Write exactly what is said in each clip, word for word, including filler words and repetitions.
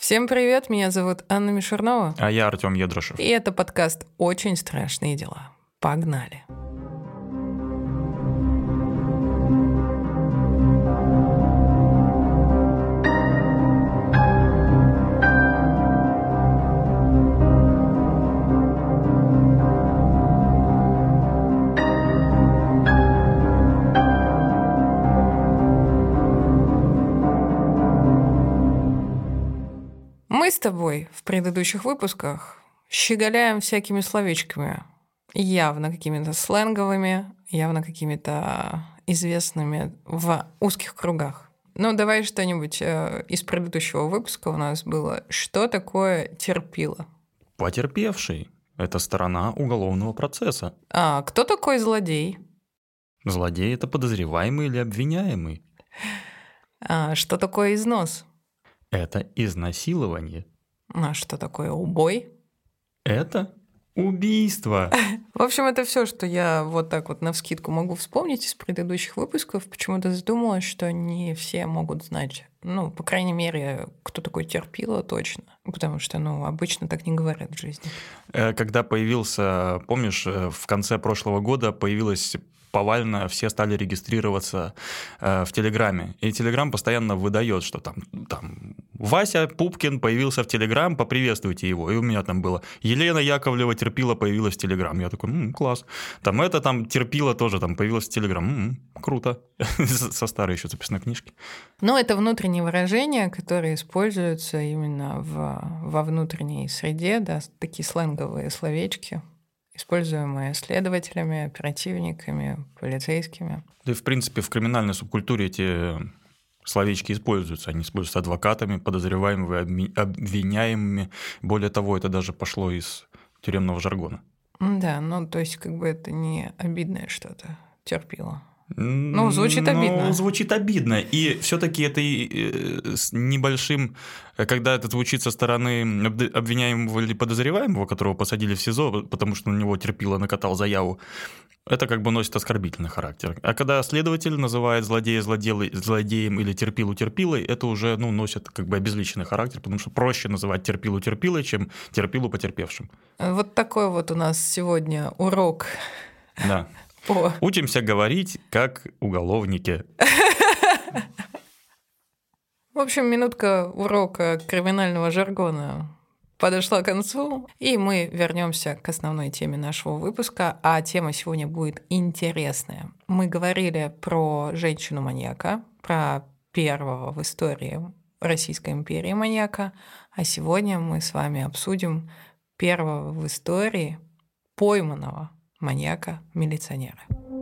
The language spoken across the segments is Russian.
Всем привет, меня зовут Анна Мишурнова. А я Артём Едрушев. И это подкаст «Очень страшные дела». Погнали. Мы с тобой в предыдущих выпусках щеголяем всякими словечками, явно какими-то сленговыми, явно какими-то известными в узких кругах. Ну, давай что-нибудь из предыдущего выпуска у нас было. Что такое терпило? Потерпевший – это сторона уголовного процесса. А кто такой злодей? Злодей – это подозреваемый или обвиняемый. А что такое износ? Это изнасилование. А что такое убой? Это убийство. В общем, это все, что я вот так вот навскидку могу вспомнить из предыдущих выпусков. Почему-то задумалась, что не все могут знать, ну, по крайней мере, кто такой терпило точно. Потому что, ну, обычно так не говорят в жизни. Когда появился, помнишь, в конце прошлого года появилась... повально все стали регистрироваться э, в Телеграме. И Телеграм постоянно выдает, что там, там Вася Пупкин появился в Телеграм, поприветствуйте его. И у меня там было Елена Яковлева терпила, появилась в Телеграм. Я такой, м-м, класс. Там это там терпила тоже, там появилась в Телеграм. М-м, круто. Со старой еще записной книжки. Ну, это внутренние выражения, которые используются именно в, во внутренней среде, да, такие сленговые словечки, используемые следователями, оперативниками, полицейскими. Да и, в принципе, в криминальной субкультуре эти словечки используются. Они используются адвокатами, подозреваемыми, обвиняемыми. Более того, это даже пошло из тюремного жаргона. Да, ну, то есть, как бы это не обидное что-то, терпило. Ну, звучит обидно. Ну, звучит обидно. И все-таки это и с небольшим, когда это звучит со стороны обвиняемого или подозреваемого, которого посадили в СИЗО, потому что на него терпило, накатал заяву, это как бы носит оскорбительный характер. А когда следователь называет злодея злодеем или терпилу терпилой, это уже, ну, носит как бы обезличенный характер, потому что проще называть терпилу терпилой, чем терпилу потерпевшим. Вот такой вот у нас сегодня урок. Да. По... Учимся говорить как уголовники. В общем, минутка урока криминального жаргона подошла к концу, и мы вернемся к основной теме нашего выпуска, а тема сегодня будет интересная. Мы говорили про женщину-маньяка, про первого в истории Российской империи маньяка, а сегодня мы с вами обсудим первого в истории пойманного маньяка-милиционера.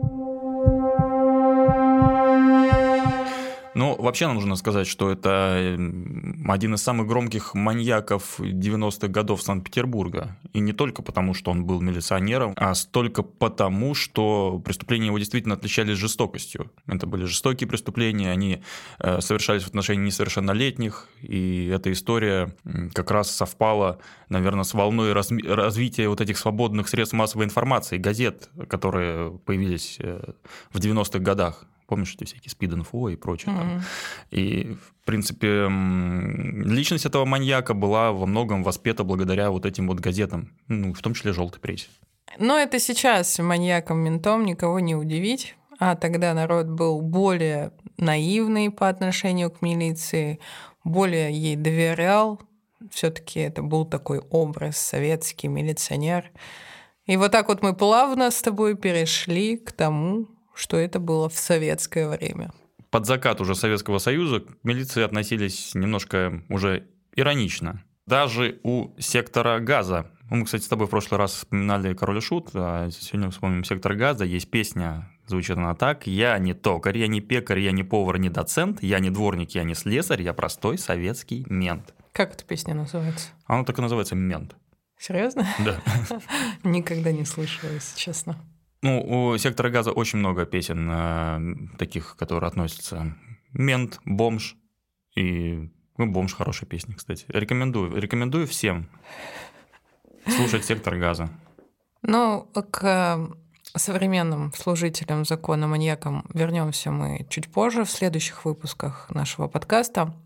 Ну, вообще нам нужно сказать, что это один из самых громких маньяков девяностых годов Санкт-Петербурга. И не только потому, что он был милиционером, а столько потому, что преступления его действительно отличались жестокостью. Это были жестокие преступления, они совершались в отношении несовершеннолетних, и эта история как раз совпала, наверное, с волной развития вот этих свободных средств массовой информации, газет, которые появились в девяностых годах. Помнишь, эти всякие спид-инфо и прочее. Mm-hmm. Там. И, в принципе, личность этого маньяка была во многом воспета благодаря вот этим вот газетам, ну, в том числе «Желтой прессе». Но это сейчас маньяком-ментом никого не удивить, а тогда народ был более наивный по отношению к милиции, более ей доверял. Все-таки это был такой образ, советский милиционер. И вот так вот мы плавно с тобой перешли к тому, что это было в советское время. Под закат уже Советского Союза к милиции относились немножко уже иронично. Даже у сектора газа. Мы, кстати, с тобой в прошлый раз вспоминали «Король и Шут», а сегодня вспомним «Сектор газа». Есть песня, звучит она так: «Я не токарь, я не пекарь, я не повар, не доцент, я не дворник, я не слесарь, я простой советский мент». Как эта песня называется? Она так и называется «Мент». Серьезно? Да. Никогда не слышала, если честно. Ну, у «Сектора газа» очень много песен э, таких, которые относятся «Мент», «Бомж». И ну, «Бомж» – хорошая песня, кстати. Рекомендую. Рекомендую всем слушать «Сектор газа». Ну, к современным служителям закона, маньякам вернемся мы чуть позже в следующих выпусках нашего подкаста.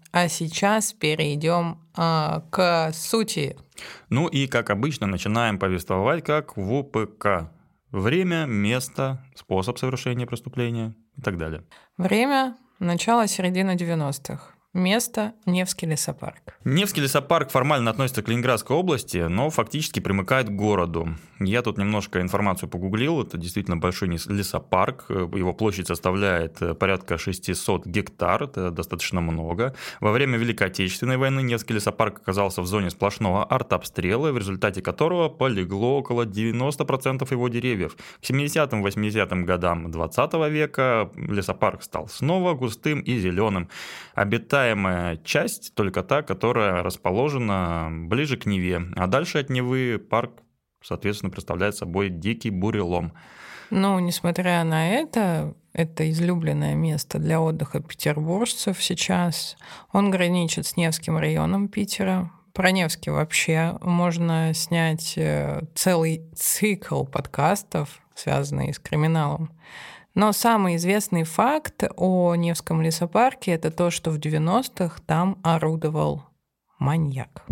А сейчас перейдем а, к сути. Ну и, как обычно, начинаем повествовать как в о пэ ка. Время, место, способ совершения преступления и так далее. Время – начало-середина девяностых. Место – Невский лесопарк. Невский лесопарк формально относится к Ленинградской области, но фактически примыкает к городу. Я тут немножко информацию погуглил. Это действительно большой лесопарк. Его площадь составляет порядка шестьсот гектар. Это достаточно много. Во время Великой Отечественной войны Невский лесопарк оказался в зоне сплошного артобстрела, в результате которого полегло около девяносто процентов его деревьев. К семидесятым-восьмидесятым годам двадцатого века лесопарк стал снова густым и зеленым. Обитает часть только та, которая расположена ближе к Неве, а дальше от Невы парк, соответственно, представляет собой дикий бурелом. Ну, несмотря на это, это излюбленное место для отдыха петербуржцев сейчас. Он граничит с Невским районом Питера. Про Невский вообще можно снять целый цикл подкастов, связанный с криминалом. Но самый известный факт о Невском лесопарке – это то, что в девяностых там орудовал маньяк.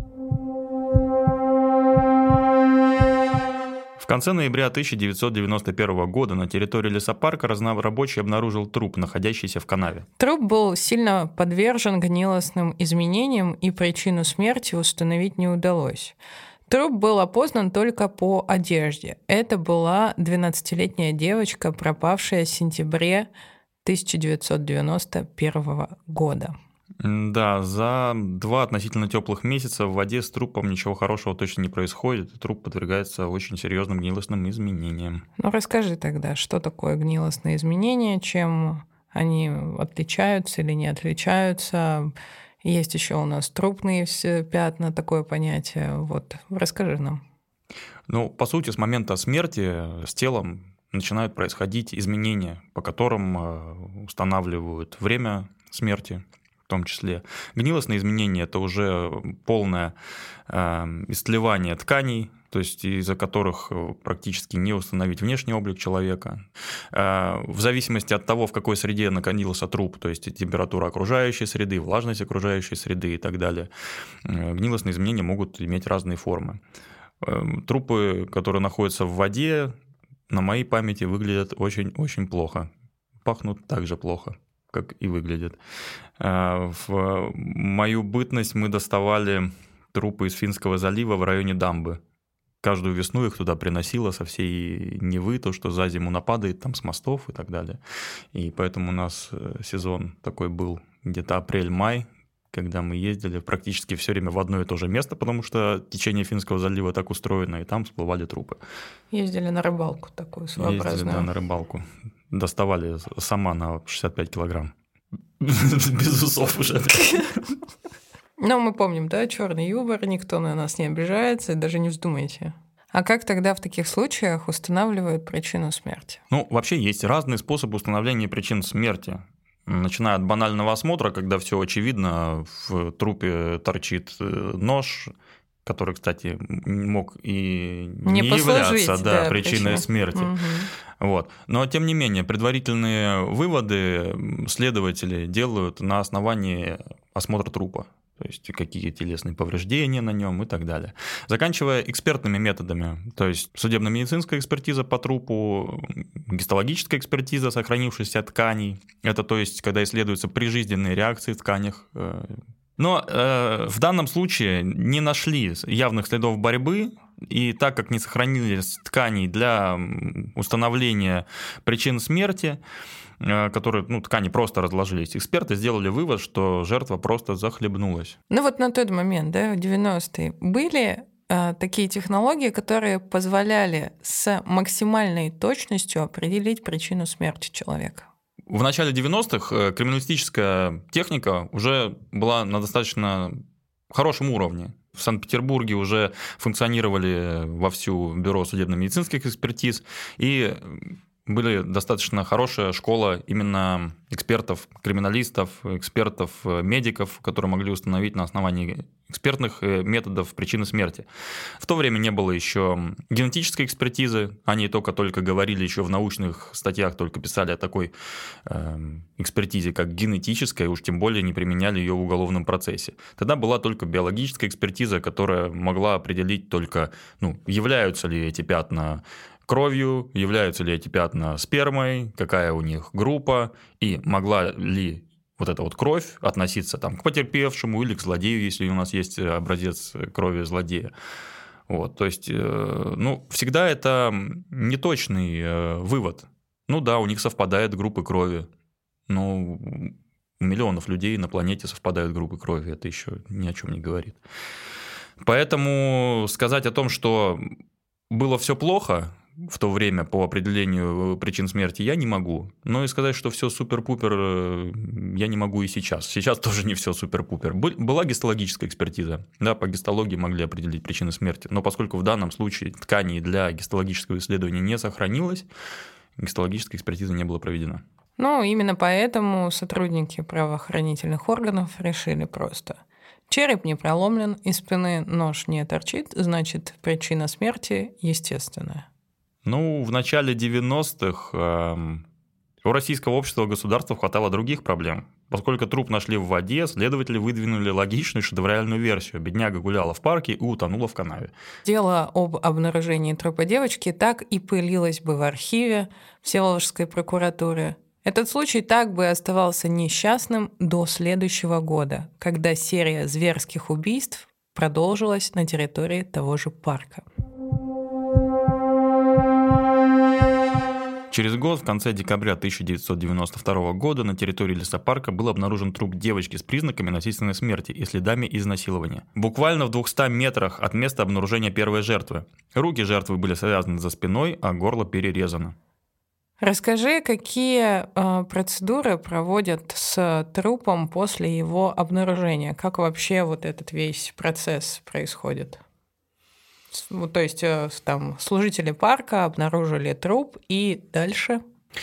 В конце ноября тысяча девятьсот девяносто первого года на территории лесопарка разнорабочий обнаружил труп, находящийся в канаве. Труп был сильно подвержен гнилостным изменениям, и причину смерти установить не удалось. Труп был опознан только по одежде. Это была двенадцатилетняя девочка, пропавшая в сентябре тысяча девятьсот девяносто первого года. Да, за два относительно теплых месяца в воде с трупом ничего хорошего точно не происходит, и труп подвергается очень серьезным гнилостным изменениям. Ну расскажи тогда, что такое гнилостные изменения, чем они отличаются или не отличаются? Есть еще у нас трупные пятна, такое понятие. Вот, расскажи нам. Ну, по сути, с момента смерти с телом начинают происходить изменения, по которым устанавливают время смерти, в том числе. Гнилостные изменения – это уже полное э, истлевание тканей, то есть из-за которых практически не установить внешний облик человека. В зависимости от того, в какой среде находился труп, то есть температура окружающей среды, влажность окружающей среды и так далее, гнилостные изменения могут иметь разные формы. Трупы, которые находятся в воде, на моей памяти выглядят очень-очень плохо. Пахнут также плохо, как и выглядят. В мою бытность мы доставали трупы из Финского залива в районе дамбы. Каждую весну их туда приносило со всей Невы, то, что за зиму нападает там с мостов и так далее. И поэтому у нас сезон такой был где-то апрель-май, когда мы ездили практически все время в одно и то же место, потому что течение Финского залива так устроено, и там всплывали трупы. Ездили на рыбалку такую своеобразную. Ездили, да, на рыбалку. Доставали сама на шестьдесят пять килограмм. Без усов уже. Ну, мы помним, да, черный юмор, никто на нас не обижается, даже не вздумайте. А как тогда в таких случаях устанавливают причину смерти? Ну, вообще есть разные способы установления причин смерти. Начиная от банального осмотра, когда все очевидно, в трупе торчит нож, который, кстати, мог и не, не являться да, да, причиной причина. смерти. Угу. Вот. Но, тем не менее, предварительные выводы следователи делают на основании осмотра трупа. То есть какие телесные повреждения на нем и так далее. Заканчивая экспертными методами, то есть судебно-медицинская экспертиза по трупу, гистологическая экспертиза сохранившихся тканей, это то есть когда исследуются прижизненные реакции в тканях. Но э, в данном случае не нашли явных следов борьбы, и так как не сохранились тканей для установления причин смерти, которые, ну, ткани просто разложились, эксперты сделали вывод, что жертва просто захлебнулась. Ну вот на тот момент, да, в девяностые, были э, такие технологии, которые позволяли с максимальной точностью определить причину смерти человека. В начале девяностых криминалистическая техника уже была на достаточно хорошем уровне. В Санкт-Петербурге уже функционировали вовсю бюро судебно-медицинских экспертиз, и были достаточно хорошая школа именно экспертов, криминалистов, экспертов, медиков, которые могли установить на основании экспертных методов причины смерти. В то время не было еще генетической экспертизы, они только-только говорили еще в научных статьях, только писали о такой э, экспертизе, как генетическая, уж тем более не применяли ее в уголовном процессе. Тогда была только биологическая экспертиза, которая могла определить только, ну, являются ли эти пятна кровью, являются ли эти пятна спермой, какая у них группа, и могла ли вот эта вот кровь относиться там, к потерпевшему или к злодею, если у нас есть образец крови злодея. Вот, то есть, ну, всегда это неточный вывод. Ну да, у них совпадают группы крови, но у миллионов людей на планете совпадают группы крови, это еще ни о чем не говорит. Поэтому сказать о том, что было все плохо в то время по определению причин смерти, я не могу. Но и сказать, что все супер-пупер, я не могу и сейчас. Сейчас тоже не все супер-пупер. Была гистологическая экспертиза. Да, по гистологии могли определить причины смерти. Но поскольку в данном случае тканей для гистологического исследования не сохранилось, гистологическая экспертиза не была проведена. Ну, именно поэтому сотрудники правоохранительных органов решили просто: череп не проломлен, из спины нож не торчит, значит, причина смерти естественная. Ну, в начале девяностых э, у российского общества и государства хватало других проблем. Поскольку труп нашли в воде, следователи выдвинули логичную шедевральную версию. Бедняга гуляла в парке и утонула в канаве. Дело об обнаружении трупа девочки так и пылилось бы в архиве Всеволожской прокуратуры. Этот случай так бы оставался несчастным до следующего года, когда серия зверских убийств продолжилась на территории того же парка. Через год, в конце декабря тысяча девятьсот девяносто второго года, на территории лесопарка был обнаружен труп девочки с признаками насильственной смерти и следами изнасилования. Буквально в двухстах метрах от места обнаружения первой жертвы. Руки жертвы были связаны за спиной, а горло перерезано. Расскажи, какие э, процедуры проводят с трупом после его обнаружения? Как вообще вот этот весь процесс происходит? Вот, то есть э, там служители парка обнаружили труп, и дальше?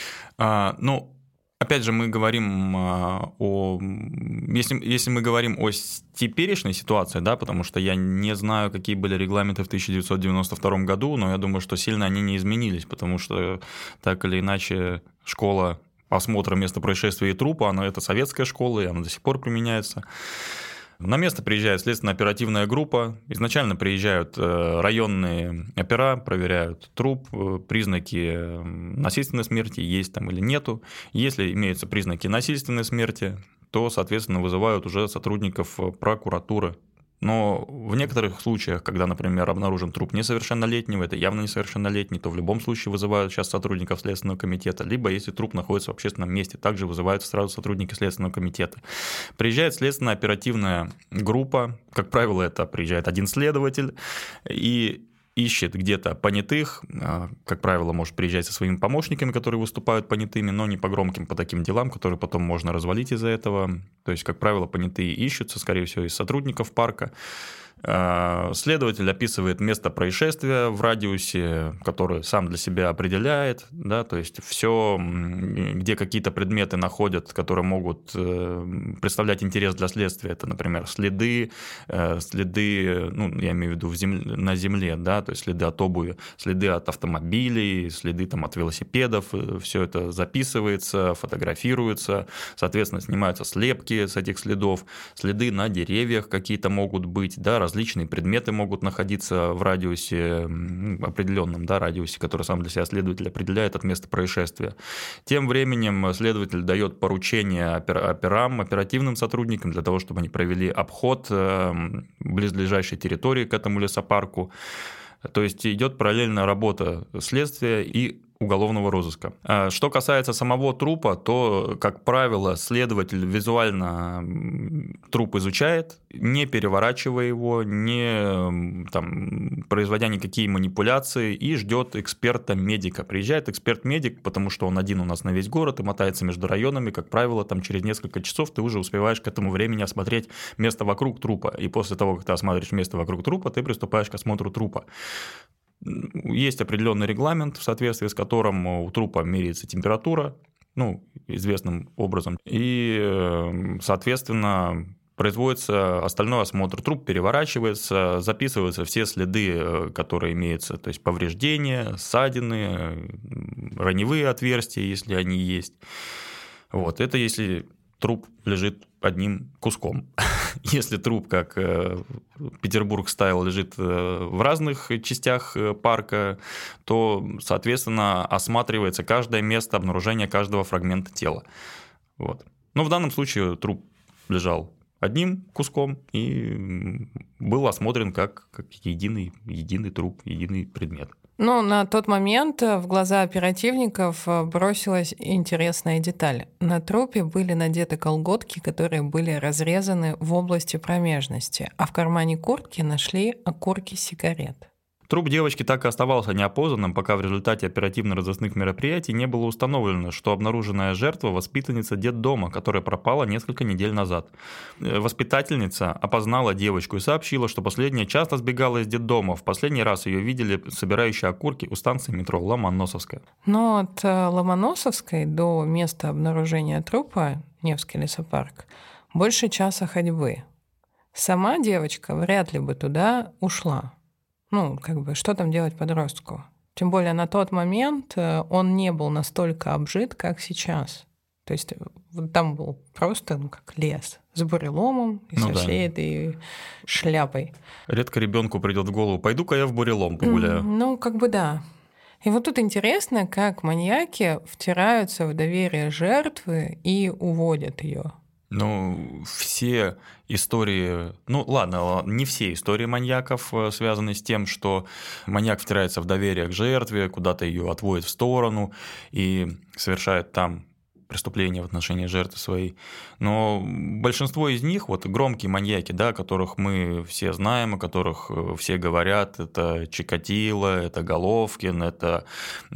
А, ну, опять же, мы говорим а, о... Если, если мы говорим о теперешней ситуации, да, потому что я не знаю, какие были регламенты в тысяча девятьсот девяносто втором году, но я думаю, что сильно они не изменились, потому что так или иначе школа осмотра места происшествия и трупа, она это советская школа, и она до сих пор применяется. На место приезжает следственно-оперативная группа. Изначально приезжают районные опера, проверяют труп, признаки насильственной смерти есть там или нету. Если имеются признаки насильственной смерти, то, соответственно, вызывают уже сотрудников прокуратуры. Но в некоторых случаях, когда, например, обнаружен труп несовершеннолетнего, это явно несовершеннолетний, то в любом случае вызывают сейчас сотрудников Следственного комитета, либо если труп находится в общественном месте, также вызывают сразу сотрудники Следственного комитета. Приезжает следственно-оперативная группа, как правило, это приезжает один следователь, и ищет где-то понятых, как правило, может приезжать со своими помощниками, которые выступают понятыми, но не по громким, по таким делам, которые потом можно развалить из-за этого. То есть, как правило, понятые ищутся, скорее всего, из сотрудников парка. Следователь описывает место происшествия в радиусе, который сам для себя определяет, да, то есть все, где какие-то предметы находят, которые могут представлять интерес для следствия, это, например, следы, следы, ну, я имею в виду в земле, на земле, да, то есть следы от обуви, следы от автомобилей, следы там от велосипедов, все это записывается, фотографируется, соответственно, снимаются слепки с этих следов, следы на деревьях какие-то могут быть, да, различные предметы могут находиться в радиусе, определенном, да, радиусе, который сам для себя следователь определяет от места происшествия. Тем временем следователь дает поручение операм, оперативным сотрудникам для того, чтобы они провели обход близлежащей территории к этому лесопарку. То есть идет параллельная работа следствия и уголовного розыска. Что касается самого трупа, то, как правило, следователь визуально труп изучает, не переворачивая его, не там, производя никакие манипуляции, и ждет эксперта-медика. Приезжает эксперт-медик, потому что он один у нас на весь город и мотается между районами. Как правило, там через несколько часов ты уже успеваешь к этому времени осмотреть место вокруг трупа. И после того, как ты осматриваешь место вокруг трупа, ты приступаешь к осмотру трупа. есть определенный регламент, в соответствии с которым у трупа меряется температура, ну, известным образом, и, соответственно, производится остальной осмотр. Труп переворачивается, записываются все следы, которые имеются, то есть повреждения, ссадины, раневые отверстия, если они есть. Вот. Это если труп лежит одним куском. Если труп, как Петербург стайл, лежит в разных частях парка, то, соответственно, осматривается каждое место обнаружения каждого фрагмента тела. Вот. Но в данном случае труп лежал одним куском и был осмотрен как, как единый, единый труп, единый предмет. Ну, на тот момент в глаза оперативников бросилась интересная деталь. На трупе были надеты колготки, которые были разрезаны в области промежности, а в кармане куртки нашли окурки сигарет. Труп девочки так и оставался неопознанным, пока в результате оперативно-розыскных мероприятий не было установлено, что обнаруженная жертва – воспитанница детдома, которая пропала несколько недель назад. Воспитательница опознала девочку и сообщила, что последняя часто сбегала из детдома. В последний раз ее видели собирающей окурки у станции метро Ломоносовская. Но от Ломоносовской до места обнаружения трупа, Невский лесопарк, больше часа ходьбы. Сама девочка вряд ли бы туда ушла. Ну, как бы, что там делать подростку? Тем более на тот момент он не был настолько обжит, как сейчас. То есть вот там был просто, ну, как лес с буреломом и ну, со всей да. этой шляпой. Редко ребенку придет в голову: пойду-ка я в бурелом погуляю. Ну, как бы да. И вот тут интересно, как маньяки втираются в доверие жертвы и уводят ее. Ну, все истории, ну ладно, не все истории маньяков связаны с тем, что маньяк втирается в доверие к жертве, куда-то ее отводит в сторону и совершает там преступления в отношении жертвы своей. Но большинство из них, вот громкие маньяки, да, о которых мы все знаем, о которых все говорят, это Чикатило, это Головкин, это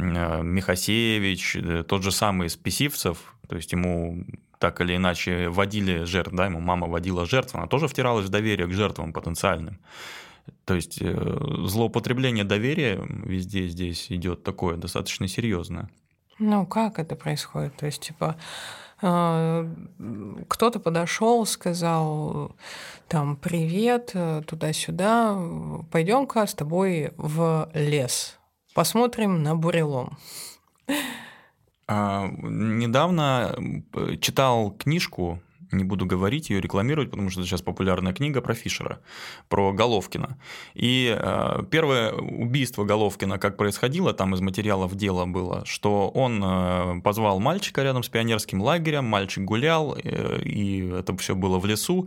Михасевич, тот же самый Списивцев, то есть ему так или иначе водили жертв, да, ему мама водила жертв, она тоже втиралась в доверие к жертвам потенциальным. То есть злоупотребление доверия везде здесь идет такое достаточно серьезное. Ну, как это происходит? То есть, типа, кто-то подошел, сказал там привет, туда-сюда, пойдем-ка с тобой в лес, посмотрим на бурелом. Недавно читал книжку, не буду говорить, ее рекламировать, потому что это сейчас популярная книга про Фишера, про Головкина. И первое убийство Головкина, как происходило, там из материалов дела было, что он позвал мальчика рядом с пионерским лагерем, мальчик гулял, и это все было в лесу.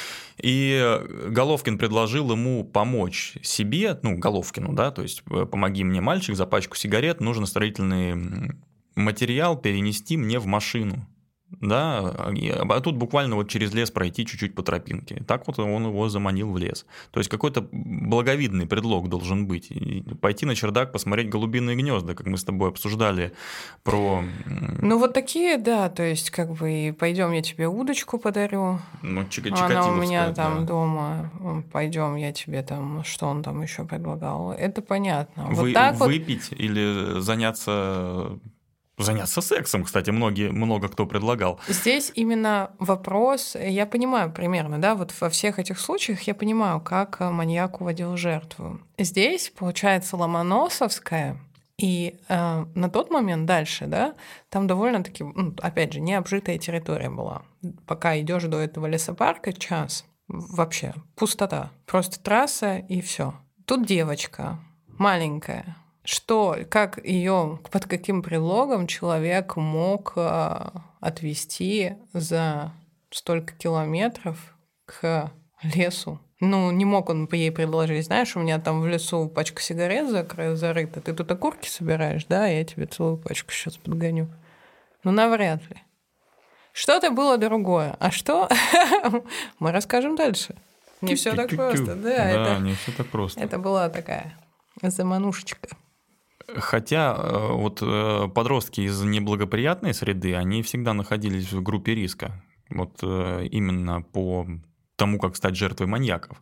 И Головкин предложил ему помочь себе, ну, Головкину, да, то есть помоги мне, мальчик, за пачку сигарет нужен строительный материал перенести мне в машину, да, а тут буквально вот через лес пройти чуть-чуть по тропинке. Так вот он его заманил в лес. То есть какой-то благовидный предлог должен быть. И пойти на чердак, посмотреть голубиные гнезда, как мы с тобой обсуждали про... Ну вот такие, да, то есть как бы пойдем, я тебе удочку подарю. Ну, чик- она у меня там да. дома. Пойдем, я тебе там, что он там еще предлагал. Это понятно. Вы, вот так выпить вот... или заняться... Заняться сексом, кстати, многие, много кто предлагал. Здесь именно вопрос, я понимаю примерно, да, вот во всех этих случаях я понимаю, как маньяк уводил жертву. Здесь, получается, Ломоносовская, и э, на тот момент дальше, да, там довольно-таки, ну, опять же, необжитая территория была. Пока идешь до этого лесопарка, час, вообще пустота, просто трасса и все. Тут девочка маленькая. Что, как ее, под каким предлогом человек мог отвезти за столько километров к лесу? Ну, не мог он ей предложить, знаешь, у меня там в лесу пачка сигарет зарыта, ты тут окурки собираешь, да, я тебе целую пачку сейчас подгоню. Ну, навряд ли. Что-то было другое. А что? Мы расскажем дальше. Не все так просто. Да, не все так просто. Это была такая заманушечка. Хотя вот подростки из неблагоприятной среды, они всегда находились в группе риска. Вот именно по тому, как стать жертвой маньяков.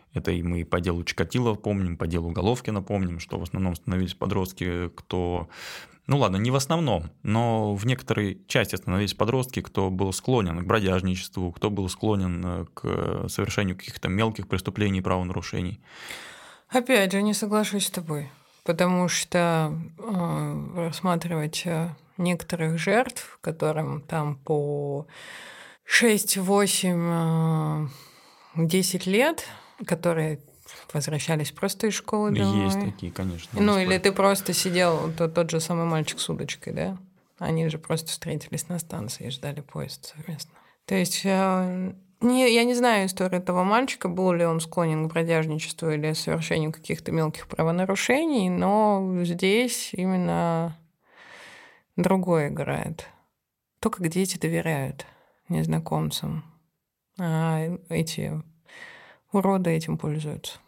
Это и мы по делу Чикатило помним, по делу Головкина помним, что в основном становились подростки, кто... Ну ладно, не в основном, но в некоторой части становились подростки, кто был склонен к бродяжничеству, кто был склонен к совершению каких-то мелких преступлений и правонарушений. Опять же, не соглашусь с тобой, потому что э, рассматривать некоторых жертв, которым там по шесть, восемь, десять лет, которые возвращались просто из школы домой. Есть такие, конечно. Ну, или ты просто сидел, то, тот же самый мальчик с удочкой, да? Они же просто встретились на станции и ждали поезд совместно. То есть э, не, я не знаю историю этого мальчика, был ли он склонен к бродяжничеству или совершению каких-то мелких правонарушений, но здесь именно другое играет. То, как дети доверяют незнакомцам, а эти уроды этим пользуются.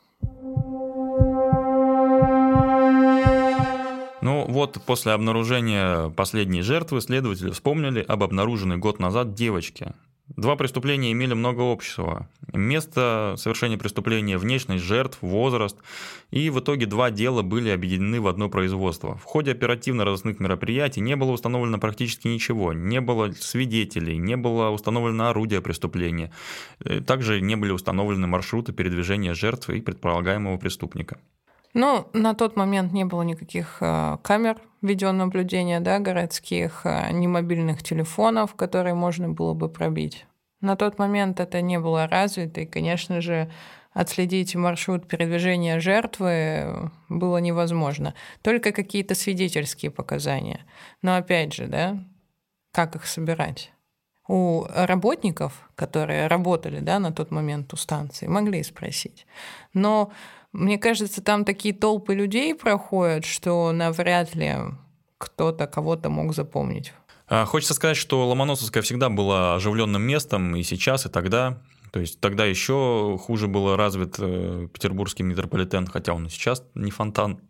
Ну вот после обнаружения последней жертвы следователи вспомнили об обнаруженной год назад девочке. Два преступления имели много общего. Место совершения преступления, внешность жертв, возраст. И в итоге два дела были объединены в одно производство. В ходе оперативно-розыскных мероприятий не было установлено практически ничего. Не было свидетелей, не было установлено орудие преступления. Также не были установлены маршруты передвижения жертв и предполагаемого преступника. Ну, на тот момент не было никаких э, камер видеонаблюдения, да, городских, э, ни мобильных телефонов, которые можно было бы пробить. На тот момент это не было развито, и, конечно же, отследить маршрут передвижения жертвы было невозможно. Только какие-то свидетельские показания. Но опять же, да, как их собирать? У работников, которые работали, да, на тот момент у станции, могли спросить. Но мне кажется, там такие толпы людей проходят, что навряд ли кто-то кого-то мог запомнить. Хочется сказать, что Ломоносовская всегда была оживленным местом и сейчас, и тогда. То есть тогда еще хуже был развит петербургский метрополитен, хотя он и сейчас не фонтан.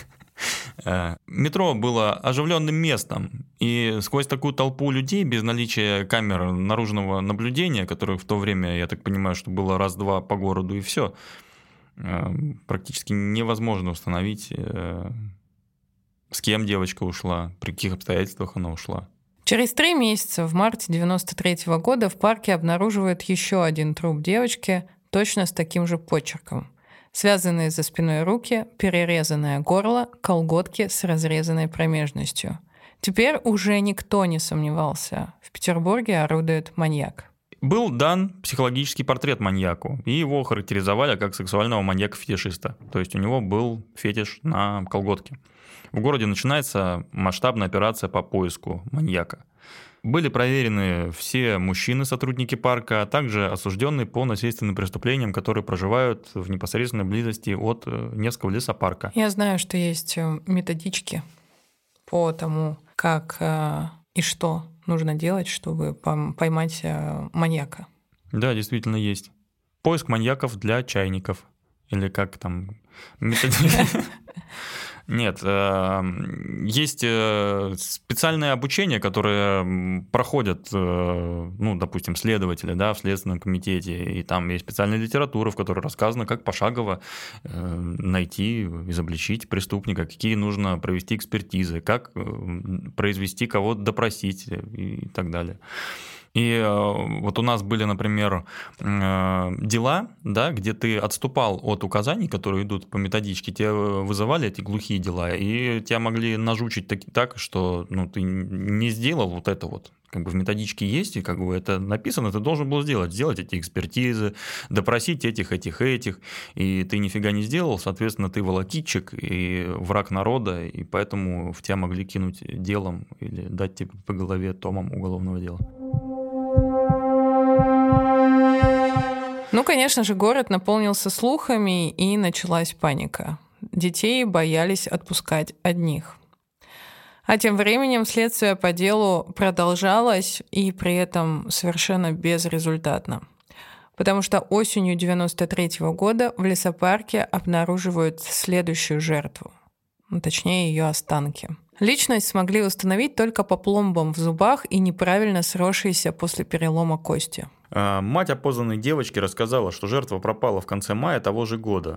Метро было оживленным местом, и сквозь такую толпу людей без наличия камер наружного наблюдения, которых в то время, я так понимаю, что было раз-два по городу и все, практически невозможно установить, с кем девочка ушла, при каких обстоятельствах она ушла. Через три месяца, в марте девяносто третьего года, в парке обнаруживают еще один труп девочки, точно с таким же почерком. Связанные за спиной руки, перерезанное горло, колготки с разрезанной промежностью. Теперь уже никто не сомневался. В Петербурге орудует маньяк. Был дан психологический портрет маньяку, и его характеризовали как сексуального маньяка-фетишиста. То есть у него был фетиш на колготке. В городе начинается масштабная операция по поиску маньяка. Были проверены все мужчины, сотрудники парка, а также осужденные по насильственным преступлениям, которые проживают в непосредственной близости от Невского лесопарка. Я знаю, что есть методички по тому, как и что нужно делать, чтобы поймать маньяка. Да, действительно есть. Поиск маньяков для чайников. Или как там... Нет, есть специальное обучение, которое проходят, ну, допустим, следователи, да, в Следственном комитете, и там есть специальная литература, в которой рассказано, как пошагово найти, изобличить преступника, какие нужно провести экспертизы, как произвести кого-то допросить и так далее. И вот у нас были, например, дела, да, где ты отступал от указаний, которые идут по методичке, тебя вызывали эти глухие дела, и тебя могли нажучить так, так что ну, ты не сделал вот это вот. Как бы в методичке есть, и как бы это написано, ты должен был сделать, сделать эти экспертизы, допросить этих, этих, этих, и ты нифига не сделал, соответственно, ты волокитчик и враг народа, и поэтому в тебя могли кинуть делом или дать тебе по голове томом уголовного дела. Ну, конечно же, город наполнился слухами, и началась паника. Детей боялись отпускать одних. А тем временем следствие по делу продолжалось, и при этом совершенно безрезультатно. Потому что осенью девяносто третьего года в лесопарке обнаруживают следующую жертву, ну, точнее ее останки. Личность смогли установить только по пломбам в зубах и неправильно сросшейся после перелома кости. Мать опознанной девочки рассказала, что жертва пропала в конце мая того же года.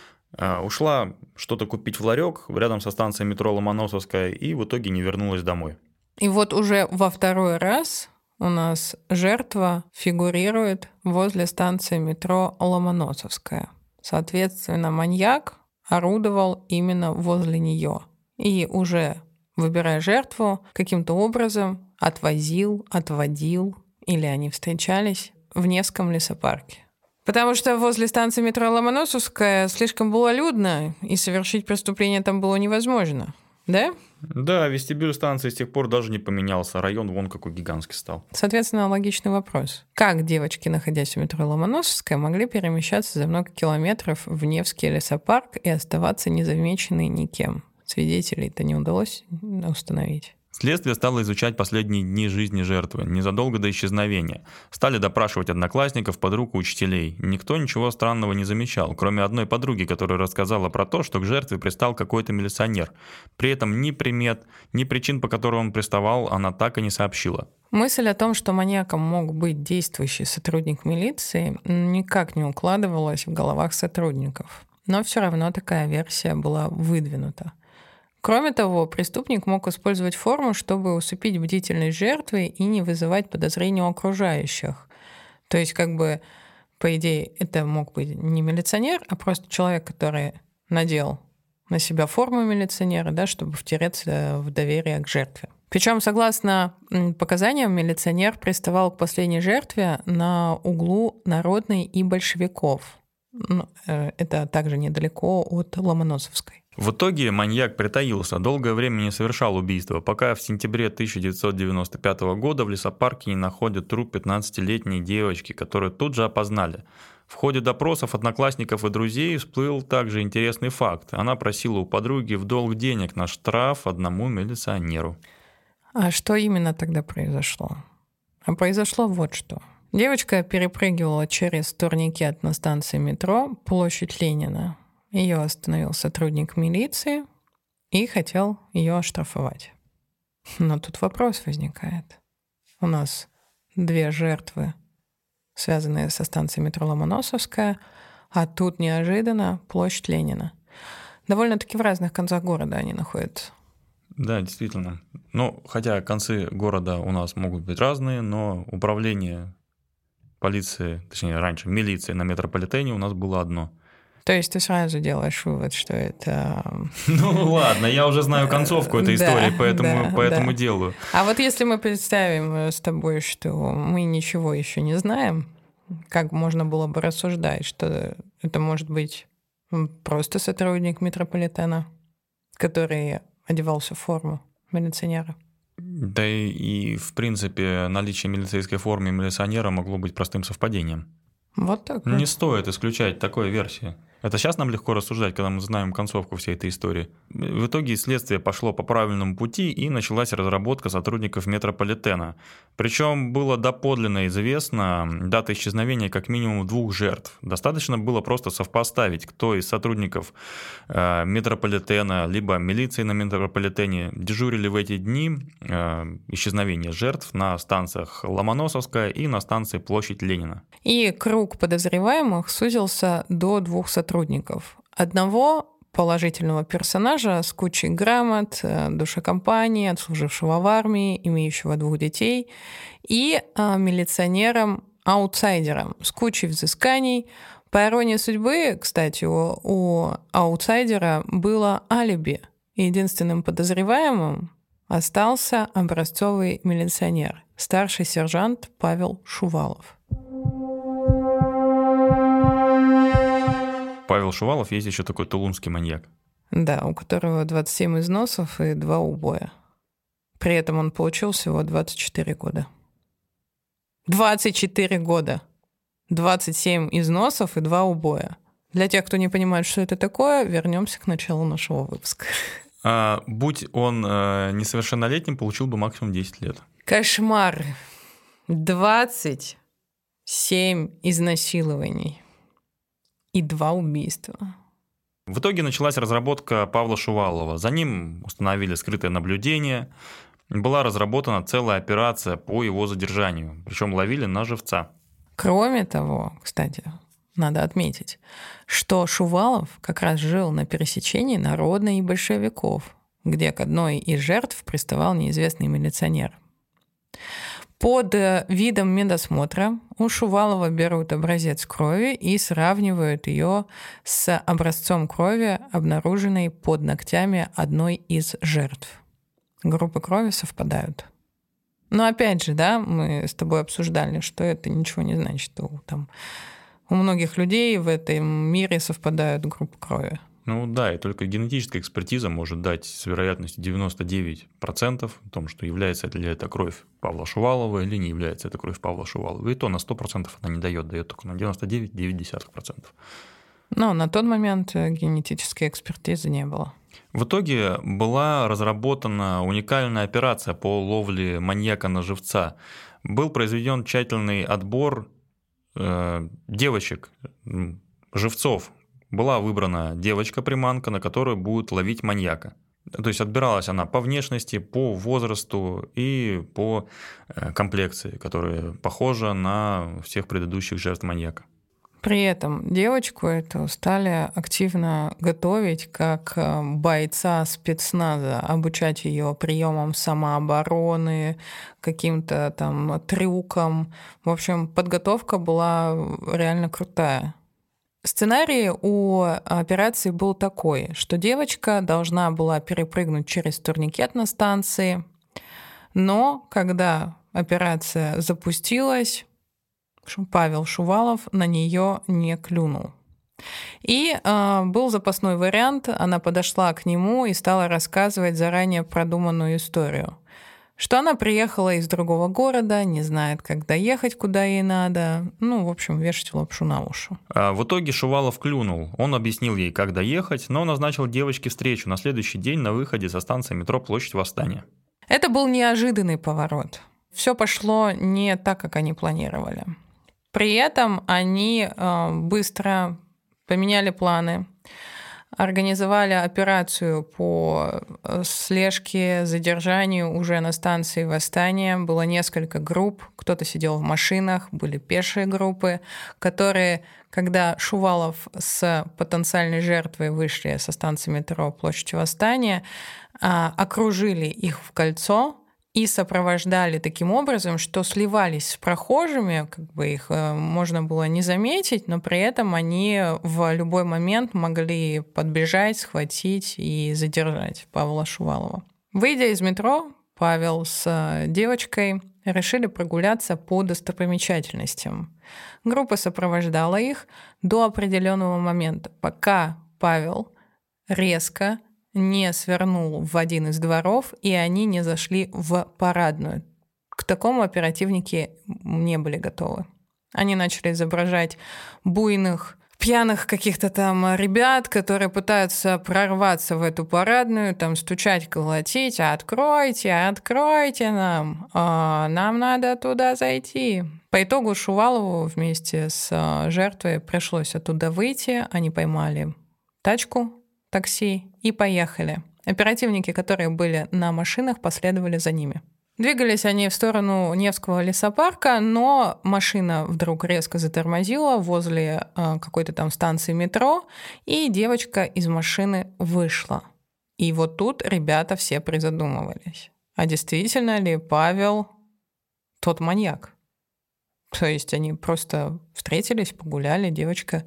Ушла что-то купить в ларек рядом со станцией метро Ломоносовская и в итоге не вернулась домой. И вот уже во второй раз у нас жертва фигурирует возле станции метро Ломоносовская. Соответственно, маньяк орудовал именно возле нее. И уже выбирая жертву, каким-то образом отвозил, отводил, или они встречались в Невском лесопарке. Потому что возле станции метро Ломоносовская слишком было людно, и совершить преступление там было невозможно. Да? Да, вестибюль станции с тех пор даже не поменялся. Район вон какой гигантский стал. Соответственно, логичный вопрос. Как девочки, находясь в метро Ломоносовская, могли перемещаться за много километров в Невский лесопарк и оставаться незамеченной никем? Свидетелей-то не удалось установить. Следствие стало изучать последние дни жизни жертвы, незадолго до исчезновения. Стали допрашивать одноклассников, подруг и учителей. Никто ничего странного не замечал, кроме одной подруги, которая рассказала про то, что к жертве пристал какой-то милиционер. При этом ни примет, ни причин, по которым он приставал, она так и не сообщила. Мысль о том, что маньяком мог быть действующий сотрудник милиции, никак не укладывалась в головах сотрудников. Но все равно такая версия была выдвинута. Кроме того, преступник мог использовать форму, чтобы усыпить бдительность жертвы и не вызывать подозрений у окружающих. То есть, как бы, по идее, это мог быть не милиционер, а просто человек, который надел на себя форму милиционера, да, чтобы втереться в доверие к жертве. Причем, согласно показаниям, милиционер приставал к последней жертве на углу Народной и Большевиков. Это также недалеко от Ломоносовской. В итоге маньяк притаился, долгое время не совершал убийства, пока в сентябре тысяча девятьсот девяносто пятого года в лесопарке не находят труп пятнадцатилетней девочки, которую тут же опознали. В ходе допросов одноклассников и друзей всплыл также интересный факт. Она просила у подруги в долг денег на штраф одному милиционеру. А что именно тогда произошло? А произошло вот что. Девочка перепрыгивала через турникет на станции метро площадь Ленина. Ее остановил сотрудник милиции и хотел ее оштрафовать. Но тут вопрос возникает. У нас две жертвы, связанные со станцией метро Ломоносовская, а тут неожиданно площадь Ленина. Довольно-таки в разных концах города они находятся. Да, действительно. Ну, хотя концы города у нас могут быть разные, но управление полиции, точнее, раньше милиции на метрополитене у нас было одно. То есть ты сразу делаешь вывод, что это... Ну ладно, я уже знаю концовку этой истории, да, поэтому, да, поэтому да. делаю. А вот если мы представим с тобой, что мы ничего еще не знаем, как можно было бы рассуждать, что это может быть просто сотрудник метрополитена, который одевался в форму милиционера? Да и, и в принципе наличие милицейской формы милиционера могло быть простым совпадением. Вот так вот. Не стоит исключать такой версии. Это сейчас нам легко рассуждать, когда мы знаем концовку всей этой истории. В итоге следствие пошло по правильному пути, и началась разработка сотрудников метрополитена. Причем было доподлинно известно дата исчезновения как минимум двух жертв. Достаточно было просто совпоставить, кто из сотрудников э, метрополитена, либо милиции на метрополитене дежурили в эти дни э, исчезновения жертв на станциях Ломоносовская и на станции Площадь Ленина. И круг подозреваемых сузился до двух сотрудников. сотрудников. Одного положительного персонажа с кучей грамот, душекомпании, отслужившего в армии, имеющего двух детей, и милиционером-аутсайдером с кучей взысканий. По иронии судьбы, кстати, у, у аутсайдера было алиби. Единственным подозреваемым остался образцовый милиционер, старший сержант Павел Шувалов. Павел Шувалов, есть еще такой тулунский маньяк. Да, у которого двадцать семь износов и два убоя. При этом он получил всего двадцать четыре года. двадцать четыре года! двадцать семь износов и два убоя. Для тех, кто не понимает, что это такое, вернемся к началу нашего выпуска. А, будь он э, несовершеннолетним, получил бы максимум десять лет. Кошмар! двадцать семь изнасилований. И два убийства. В итоге началась разработка Павла Шувалова. За ним установили скрытое наблюдение. Была разработана целая операция по его задержанию. Причем ловили на живца. Кроме того, кстати, надо отметить, что Шувалов как раз жил на пересечении Народной и большевиков, где к одной из жертв приставал неизвестный милиционер. Под видом медосмотра у Шувалова берут образец крови и сравнивают ее с образцом крови, обнаруженной под ногтями одной из жертв. Группы крови совпадают. Но опять же, да, мы с тобой обсуждали, что это ничего не значит. Там, у многих людей в этом мире совпадают группы крови. Ну да, и только генетическая экспертиза может дать с вероятностью девяносто девять процентов о том, что является ли это кровь Павла Шувалова или не является это кровь Павла Шувалова. И то на сто процентов она не дает, дает только на девяносто девять целых девять десятых процента. Но на тот момент генетической экспертизы не было. В итоге была разработана уникальная операция по ловле маньяка на живца. Был произведен тщательный отбор э, девочек, живцов. Была выбрана девочка-приманка, на которую будет ловить маньяка. То есть отбиралась она по внешности, по возрасту и по комплекции, которая похожа на всех предыдущих жертв маньяка. При этом девочку эту стали активно готовить как бойца спецназа, обучать ее приемам самообороны, каким-то там трюкам. В общем, подготовка была реально крутая. Сценарий у операции был такой, что девочка должна была перепрыгнуть через турникет на станции, но когда операция запустилась, Павел Шувалов на нее не клюнул. И э, был запасной вариант, она подошла к нему и стала рассказывать заранее продуманную историю. Что она приехала из другого города, не знает, как доехать, куда ей надо. Ну, в общем, вешать лапшу на уши. А в итоге Шувалов клюнул. Он объяснил ей, как доехать, но назначил девочке встречу на следующий день на выходе со станции метро Площадь Восстания. Это был неожиданный поворот. Все пошло не так, как они планировали. При этом они э, быстро поменяли планы, организовали операцию по слежке, задержанию уже на станции Восстания. Было несколько групп, кто-то сидел в машинах, были пешие группы, которые, когда Шувалов с потенциальной жертвой вышли со станции метро Площадь Восстания, окружили их в кольцо и сопровождали таким образом, что сливались с прохожими, как бы их можно было не заметить, но при этом они в любой момент могли подбежать, схватить и задержать Павла Шувалова. Выйдя из метро, Павел с девочкой решили прогуляться по достопримечательностям. Группа сопровождала их до определенного момента, пока Павел резко не свернул в один из дворов, и они не зашли в парадную. К такому оперативники не были готовы. Они начали изображать буйных, пьяных каких-то там ребят, которые пытаются прорваться в эту парадную, там стучать, колотить: «Откройте, откройте нам, нам надо туда зайти». По итогу Шувалову вместе с жертвой пришлось оттуда выйти, они поймали тачку, такси и поехали. Оперативники, которые были на машинах, последовали за ними. Двигались они в сторону Невского лесопарка, но машина вдруг резко затормозила возле э, какой-то там станции метро, и девочка из машины вышла. И вот тут ребята все призадумывались. А действительно ли Павел тот маньяк? То есть они просто встретились, погуляли, девочка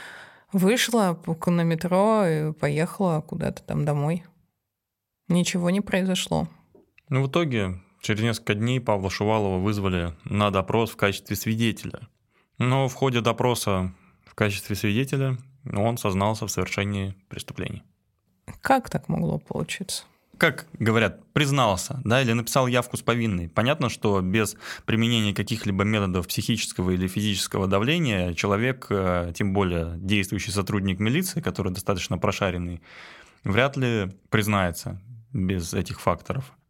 вышла на метро и поехала куда-то там домой. Ничего не произошло. Ну, в итоге, через несколько дней Павла Шувалова вызвали на допрос в качестве свидетеля. Но в ходе допроса в качестве свидетеля он сознался в совершении преступлений. Как так могло получиться? Как говорят, признался, да, или написал явку с повинной. Понятно, что без применения каких-либо методов психического или физического давления человек, тем более действующий сотрудник милиции, который достаточно прошаренный, вряд ли признается без этих факторов.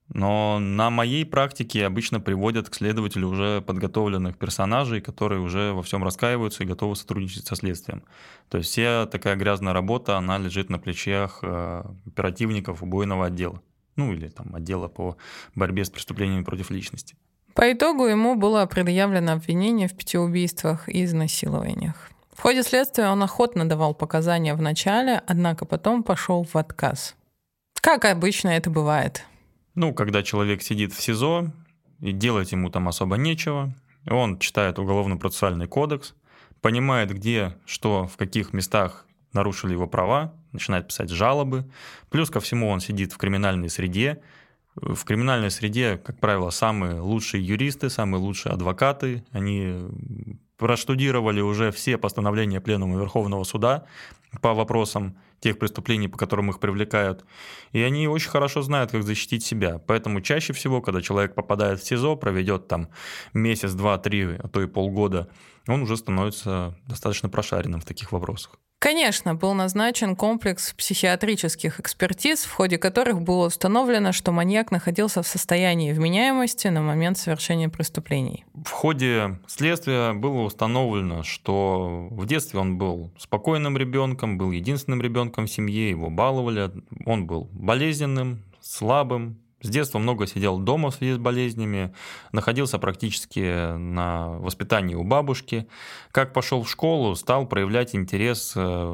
Но на моей практике обычно приводят к следователю уже подготовленных персонажей, которые уже во всем раскаиваются и готовы сотрудничать со следствием. То есть вся такая грязная работа, она лежит на плечах оперативников убойного отдела. Ну или там отдела по борьбе с преступлениями против личности. По итогу ему было предъявлено обвинение в пяти убийствах и изнасилованиях. В ходе следствия он охотно давал показания в начале, однако потом пошел в отказ. Как обычно это бывает. Ну, когда человек сидит в СИЗО, и делать ему там особо нечего, он читает Уголовно-процессуальный кодекс, понимает, где, что, в каких местах нарушили его права, начинает писать жалобы. Плюс ко всему он сидит в криминальной среде. В криминальной среде, как правило, самые лучшие юристы, самые лучшие адвокаты. Они проштудировали уже все постановления Пленума Верховного Суда по вопросам тех преступлений, по которым их привлекают. И они очень хорошо знают, как защитить себя. Поэтому чаще всего, когда человек попадает в СИЗО, проведет там месяц, два, три, а то и полгода, он уже становится достаточно прошаренным в таких вопросах. Конечно, был назначен комплекс психиатрических экспертиз, в ходе которых было установлено, что маньяк находился в состоянии вменяемости на момент совершения преступлений. В ходе следствия было установлено, что в детстве он был спокойным ребенком, был единственным ребенком в семье, его баловали, он был болезненным, слабым. С детства много сидел дома в связи с болезнями, находился практически на воспитании у бабушки. Как пошел в школу, стал проявлять интерес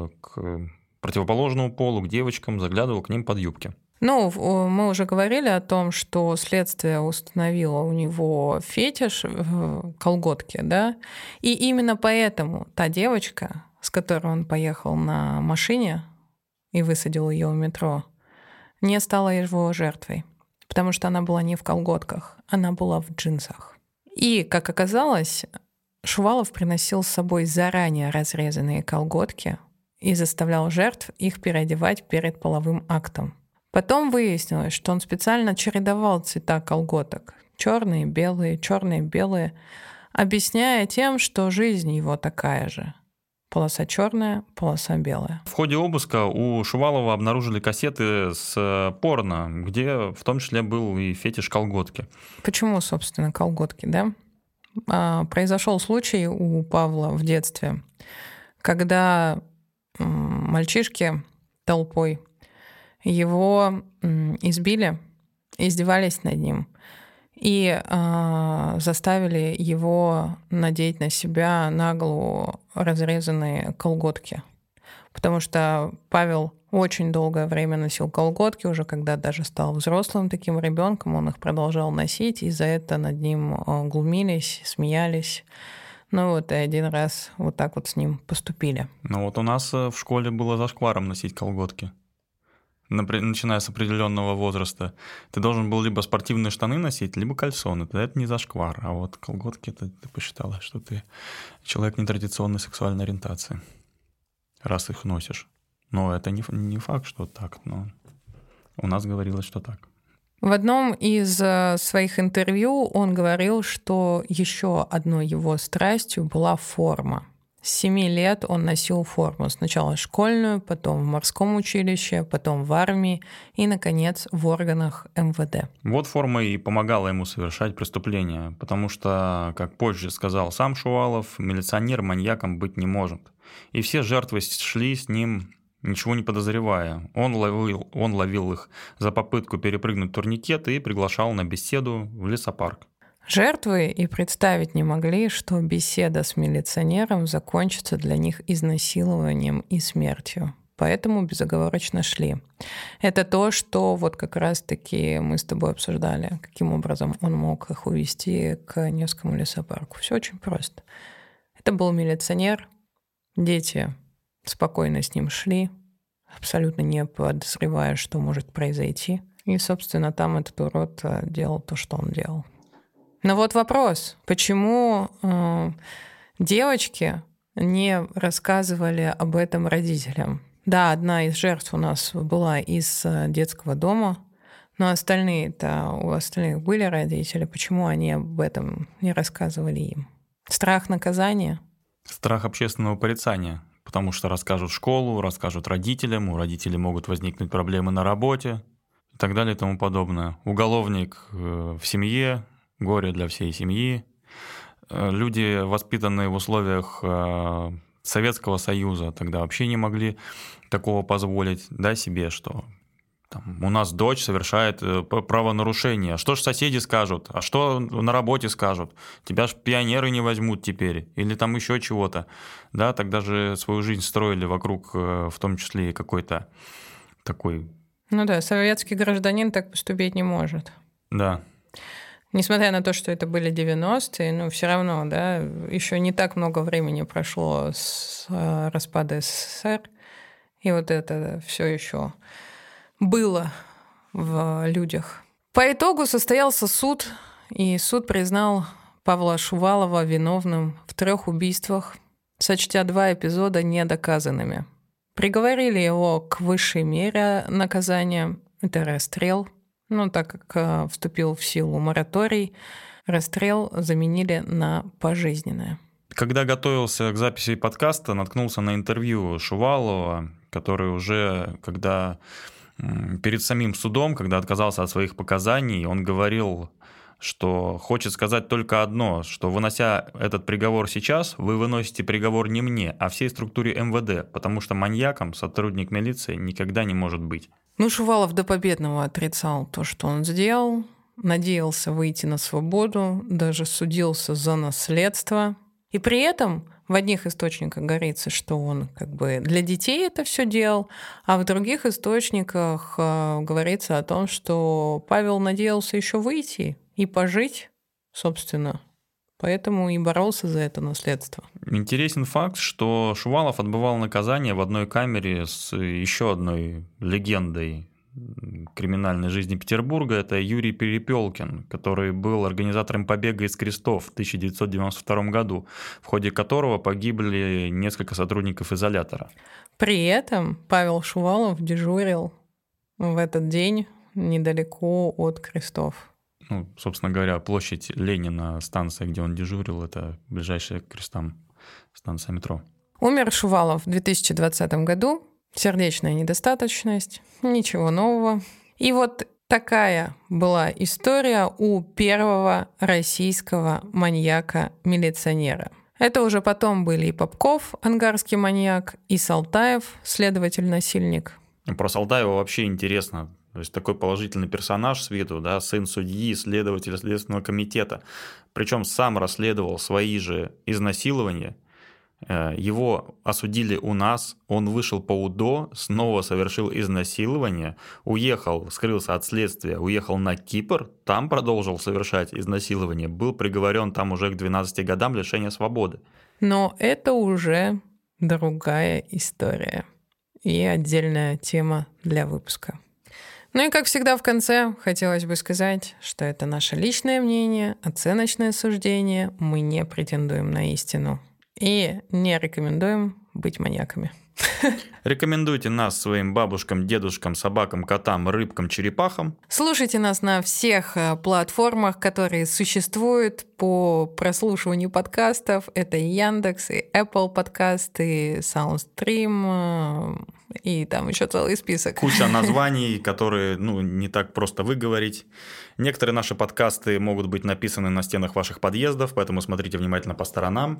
к противоположному полу, к девочкам, заглядывал к ним под юбки. Ну, мы уже говорили о том, что следствие установило у него фетиш в колготке, да, и именно поэтому та девочка, с которой он поехал на машине и высадил ее у метро, не стала его жертвой. Потому что она была не в колготках, она была в джинсах. И, как оказалось, Шувалов приносил с собой заранее разрезанные колготки и заставлял жертв их переодевать перед половым актом. Потом выяснилось, что он специально чередовал цвета колготок. Черные, белые, черные, белые, объясняя тем, что жизнь его такая же. Полоса черная, полоса белая. В ходе обыска у Шувалова обнаружили кассеты с порно, где в том числе был и фетиш колготки. Почему, собственно, колготки, да? А, произошел случай у Павла в детстве, когда м, мальчишки толпой его м, избили, издевались над ним и э, заставили его надеть на себя на голову разрезанные колготки. Потому что Павел очень долгое время носил колготки, уже когда даже стал взрослым таким ребенком, он их продолжал носить, и за это над ним глумились, смеялись. Ну вот и один раз вот так вот с ним поступили. Ну вот у нас в школе было зашкваром носить колготки. Начиная с определенного возраста, ты должен был либо спортивные штаны носить, либо кальсоны. Тогда это не зашквар. А вот колготки, это ты посчитала, что ты человек нетрадиционной сексуальной ориентации, раз их носишь. Но это не, не факт, что так, но у нас говорилось, что так. В одном из своих интервью он говорил, что еще одной его страстью была форма. С семи лет он носил форму. Сначала школьную, потом в морском училище, потом в армии и, наконец, в органах эм вэ дэ. Вот форма и помогала ему совершать преступления, потому что, как позже сказал сам Шувалов, милиционер маньяком быть не может. И все жертвы шли с ним, ничего не подозревая. Он ловил, он ловил их за попытку перепрыгнуть турникет и приглашал на беседу в лесопарк. Жертвы и представить не могли, что беседа с милиционером закончится для них изнасилованием и смертью. Поэтому безоговорочно шли. Это то, что вот как раз-таки мы с тобой обсуждали, каким образом он мог их увезти к Невскому лесопарку. Все очень просто. Это был милиционер, дети спокойно с ним шли, абсолютно не подозревая, что может произойти. И, собственно, там этот урод делал то, что он делал. Но вот вопрос, почему э, девочки не рассказывали об этом родителям? Да, одна из жертв у нас была из детского дома, но остальные-то, у остальных были родители. Почему они об этом не рассказывали им? Страх наказания? Страх общественного порицания. Потому что расскажут в школу, расскажут родителям, у родителей могут возникнуть проблемы на работе. и так далее и тому подобное. Уголовник в семье, горе для всей семьи. Люди, воспитанные в условиях Советского Союза, тогда вообще не могли такого позволить, да, себе, что там, у нас дочь совершает правонарушение. А что ж соседи скажут? А что на работе скажут? Тебя ж пионеры не возьмут теперь. Или там еще чего-то. Да, тогда же свою жизнь строили вокруг, в том числе и какой-то такой... Ну да, советский гражданин так поступить не может. Да. Несмотря на то, что это были девяностые, ну, все равно, да, еще не так много времени прошло с распада СССР, и вот это все еще было в людях. По итогу состоялся суд, и суд признал Павла Шувалова виновным в трех убийствах, сочтя два эпизода недоказанными. Приговорили его к высшей мере наказания, это расстрел. Ну, так как вступил в силу мораторий, расстрел заменили на пожизненное. Когда готовился к записи подкаста, наткнулся на интервью Шувалова, который уже, когда перед самим судом, когда отказался от своих показаний, он говорил, что хочет сказать только одно, что, вынося этот приговор сейчас, вы выносите приговор не мне, а всей структуре эм вэ дэ, потому что маньяком сотрудник милиции никогда не может быть. Ну, Шувалов до победного отрицал то, что он сделал, надеялся выйти на свободу, даже судился за наследство. И при этом в одних источниках говорится, что он как бы для детей это все делал, а в других источниках э, говорится о том, что Павел надеялся еще выйти и пожить, собственно. Поэтому и боролся за это наследство. Интересен факт, что Шувалов отбывал наказание в одной камере с еще одной легендой криминальной жизни Петербурга. Это Юрий Перепелкин, который был организатором побега из крестов в тысяча девятьсот девяносто втором году, в ходе которого погибли несколько сотрудников изолятора. При этом Павел Шувалов дежурил в этот день недалеко от крестов. Ну, собственно говоря, площадь Ленина, станция, где он дежурил, это ближайшая к крестам станция метро. Умер Шувалов в две тысячи двадцатом году. Сердечная недостаточность, ничего нового. И вот такая была история у первого российского маньяка-милиционера. Это уже потом были и Попков, ангарский маньяк, и Салтаев, следователь-насильник. Про Салтаева вообще интересно. То есть такой положительный персонаж с виду, да, сын судьи, следователь Следственного комитета. Причем сам расследовал свои же изнасилования. Его осудили у нас, он вышел по УДО, снова совершил изнасилование, уехал, скрылся от следствия, уехал на Кипр, там продолжил совершать изнасилование, был приговорен там уже к двенадцати годам лишения свободы. Но это уже другая история и отдельная тема для выпуска. Ну и, как всегда, в конце хотелось бы сказать, что это наше личное мнение, оценочное суждение, мы не претендуем на истину и не рекомендуем быть маньяками. Рекомендуйте нас своим бабушкам, дедушкам, собакам, котам, рыбкам, черепахам. Слушайте нас на всех платформах, которые существуют по прослушиванию подкастов. Это и Яндекс, и Apple подкасты, и Soundstream, и там еще целый список. Куча названий, которые, ну, не так просто выговорить. Некоторые наши подкасты могут быть написаны на стенах ваших подъездов, поэтому смотрите внимательно по сторонам.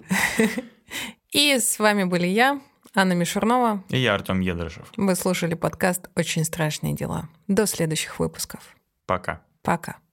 И с вами были я, Анна Мишурнова. И я, Артем Едрышев. Вы слушали подкаст «Очень страшные дела». До следующих выпусков. Пока. Пока.